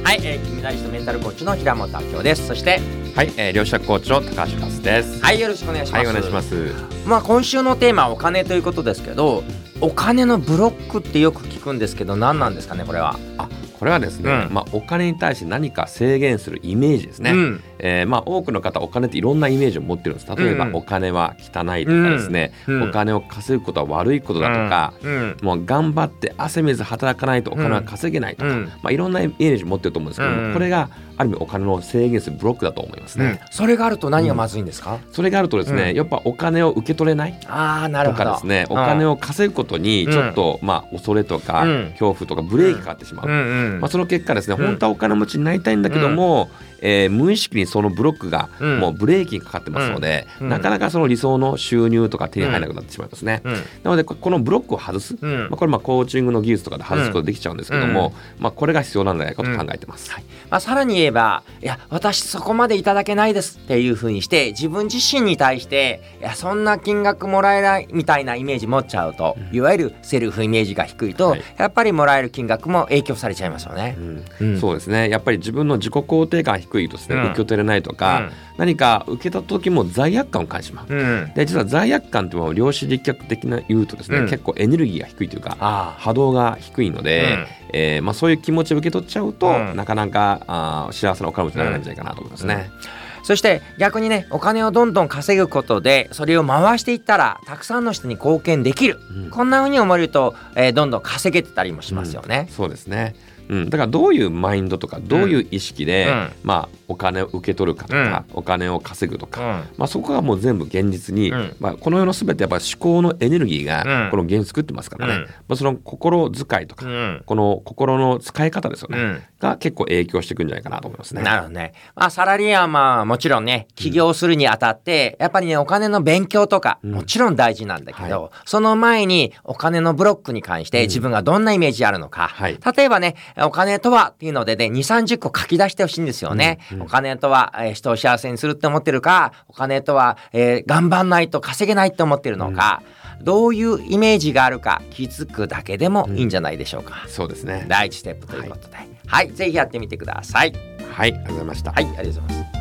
はい、金メダリストメンタルコーチの平本明夫です。そしてはい、両者コーチの高橋和です。 はい、よろしくお願いします。 はい、お願いします。 今週のテーマはお金ということですけど、お金のブロックってよく聞くんですけど、何なんですかね、これは。 これはですね、お金に対して何か制限するイメージですね。多くの方お金っていろんなイメージを持ってるんです。例えば、お金は汚いとかですね、お金を稼ぐことは悪いことだとか、もう頑張って汗水働かないとお金は稼げないとか、いろんなイメージを持ってると思うんですけども、これがある意味お金の制限するブロックだと思いますね。 それがあると何がまずいんですか？ それがあるとですね、やっぱお金を受け取れないとかですね、お金を稼ぐことにちょっと恐れとか恐怖とかブレーキかかってしまう。その結果ですね、本当はお金持ちになりたいんだけども、無意識にそのブロックがもうブレーキにかかってますので、なかなかその理想の収入とか手に入らなくなってしまいますね。なのでこのブロックを外す、これコーチングの技術とかで外すことできちゃうんですけども、これが必要なんじゃないかと考えてます。 さらに言えば、いや私そこまでいただけないですっていう風にして自分自身に対して、いやそんな金額もらえないみたいなイメージ持っちゃうと、いわゆるセルフイメージが低いと、やっぱりもらえる金額も影響されちゃいますよね。 そうですね、やっぱり自分の自己肯定感が低いとですね、受け取れないとか、何か受けた時も罪悪感を感じてしまう。で実は罪悪感というのは量子力学的な言うとですね、結構エネルギーが低いというか波動が低いので、そういう気持ちを受け取っちゃうと、なかなか幸せなお金持ちにならないんじゃないかなと思いますね。 そして逆にね、お金をどんどん稼ぐことでそれを回していったらたくさんの人に貢献できる、こんな風に思えると、どんどん稼げてたりもしますよね。 そうですね。だからどういうマインドとかどういう意識で、お金を受け取るかとか、お金を稼ぐとか、そこがもう全部現実に、この世の全てやっぱ思考のエネルギーがこの現実作ってますからね、その心遣いとか、この心の使い方ですよね、が結構影響していくんじゃないかなと思いますね。 なるほどね。サラリーマンはもちろんね、起業するにあたってやっぱりね、お金の勉強とかもちろん大事なんだけど、その前にお金のブロックに関して自分がどんなイメージあるのか、例えばね、お金とはっていうのでね、2、30個書き出してほしいんですよね。お金とは、人を幸せにするって思ってるか、お金とは、頑張んないと稼げないって思ってるのか、どういうイメージがあるか気づくだけでもいいんじゃないでしょうか。 そうですね。 第一ステップということで、はい、ぜひやってみてください。 はい、ありがとうございました。 はい、ありがとうございます。